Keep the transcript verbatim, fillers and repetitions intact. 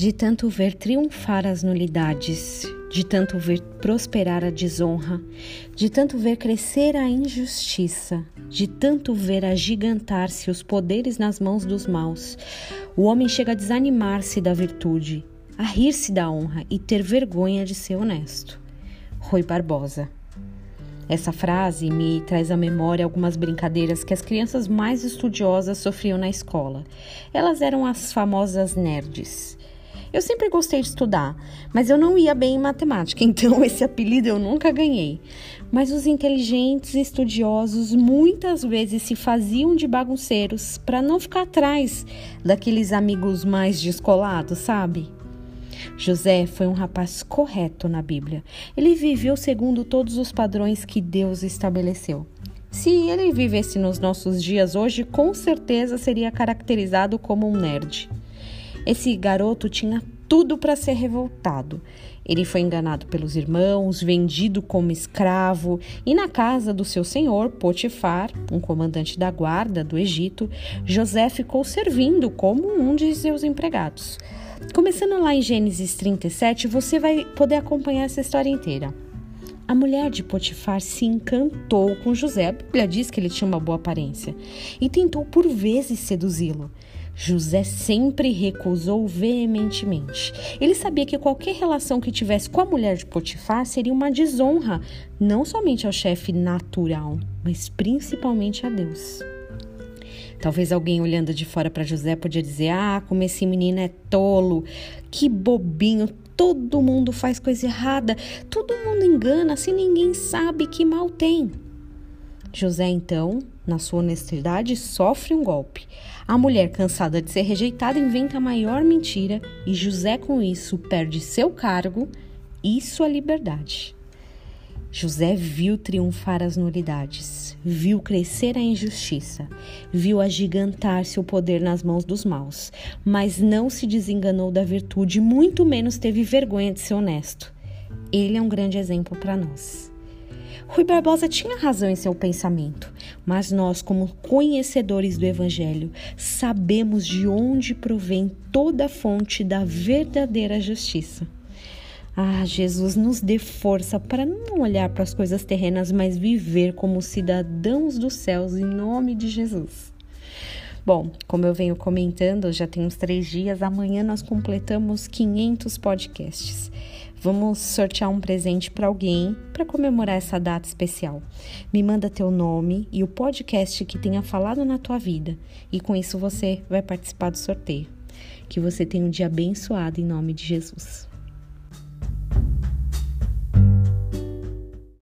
De tanto ver triunfar as nulidades, de tanto ver prosperar a desonra, de tanto ver crescer a injustiça, de tanto ver agigantar-se os poderes nas mãos dos maus, o homem chega a desanimar-se da virtude, a rir-se da honra e ter vergonha de ser honesto. Rui Barbosa. Essa frase me traz à memória algumas brincadeiras que as crianças mais estudiosas sofriam na escola. Elas eram as famosas nerds. Eu sempre gostei de estudar, mas eu não ia bem em matemática, então esse apelido eu nunca ganhei. Mas os inteligentes estudiosos muitas vezes se faziam de bagunceiros para não ficar atrás daqueles amigos mais descolados, sabe? José foi um rapaz correto na Bíblia. Ele viveu segundo todos os padrões que Deus estabeleceu. Se ele vivesse nos nossos dias hoje, com certeza seria caracterizado como um nerd. Esse garoto tinha tudo para ser revoltado. Ele foi enganado pelos irmãos, vendido como escravo e na casa do seu senhor, Potifar, um comandante da guarda do Egito, José ficou servindo como um de seus empregados. Começando lá em Gênesis trinta e sete, você vai poder acompanhar essa história inteira. A mulher de Potifar se encantou com José, a Bíblia diz que ele tinha uma boa aparência, e tentou por vezes seduzi-lo. José sempre recusou veementemente. Ele sabia que qualquer relação que tivesse com a mulher de Potifar seria uma desonra, não somente ao chefe natural, mas principalmente a Deus. Talvez alguém olhando de fora para José podia dizer: ah, como esse menino é tolo, que bobinho, todo mundo faz coisa errada, todo mundo engana, assim ninguém sabe que mal tem. José, então, na sua honestidade, sofre um golpe. A mulher, cansada de ser rejeitada, inventa a maior mentira e José, com isso, perde seu cargo e sua liberdade. José viu triunfar as nulidades, viu crescer a injustiça, viu agigantar-se o poder nas mãos dos maus, mas não se desenganou da virtude, muito menos teve vergonha de ser honesto. Ele é um grande exemplo para nós. Rui Barbosa tinha razão em seu pensamento, mas nós, como conhecedores do Evangelho, sabemos de onde provém toda a fonte da verdadeira justiça. Ah, Jesus, nos dê força para não olhar para as coisas terrenas, mas viver como cidadãos dos céus, em nome de Jesus. Bom, como eu venho comentando, já tem uns três dias, amanhã nós completamos quinhentos podcasts. Vamos sortear um presente para alguém para comemorar essa data especial. Me manda teu nome e o podcast que tenha falado na tua vida, e com isso você vai participar do sorteio. Que você tenha um dia abençoado em nome de Jesus.